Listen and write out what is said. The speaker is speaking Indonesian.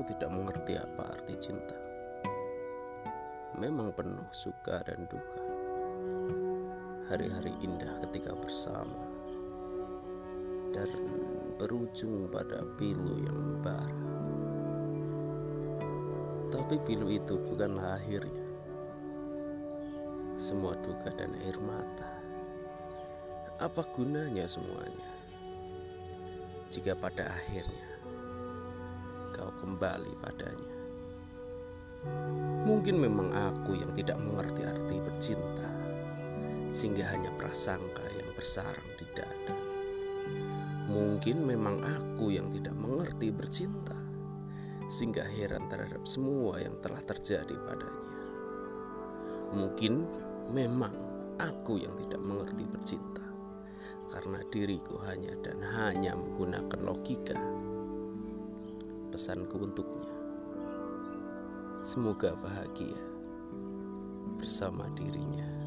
tidak mengerti apa arti cinta. Memang penuh suka dan duka. Hari-hari indah ketika bersama, dan berujung pada pilu yang membara. Tapi pilu itu bukanlah akhirnya. Semua duka dan air mata, apa gunanya semuanya jika pada akhirnya kau kembali padanya? Mungkin memang aku yang tidak mengerti arti bercinta, sehingga hanya prasangka yang bersarang di dada. Mungkin memang aku yang tidak mengerti bercinta, sehingga heran terhadap semua yang telah terjadi padanya. Mungkin memang aku yang tidak mengerti bercinta, karena diriku hanya dan hanya menggunakan logika. Pesanku untuknya, semoga bahagia bersama dirinya.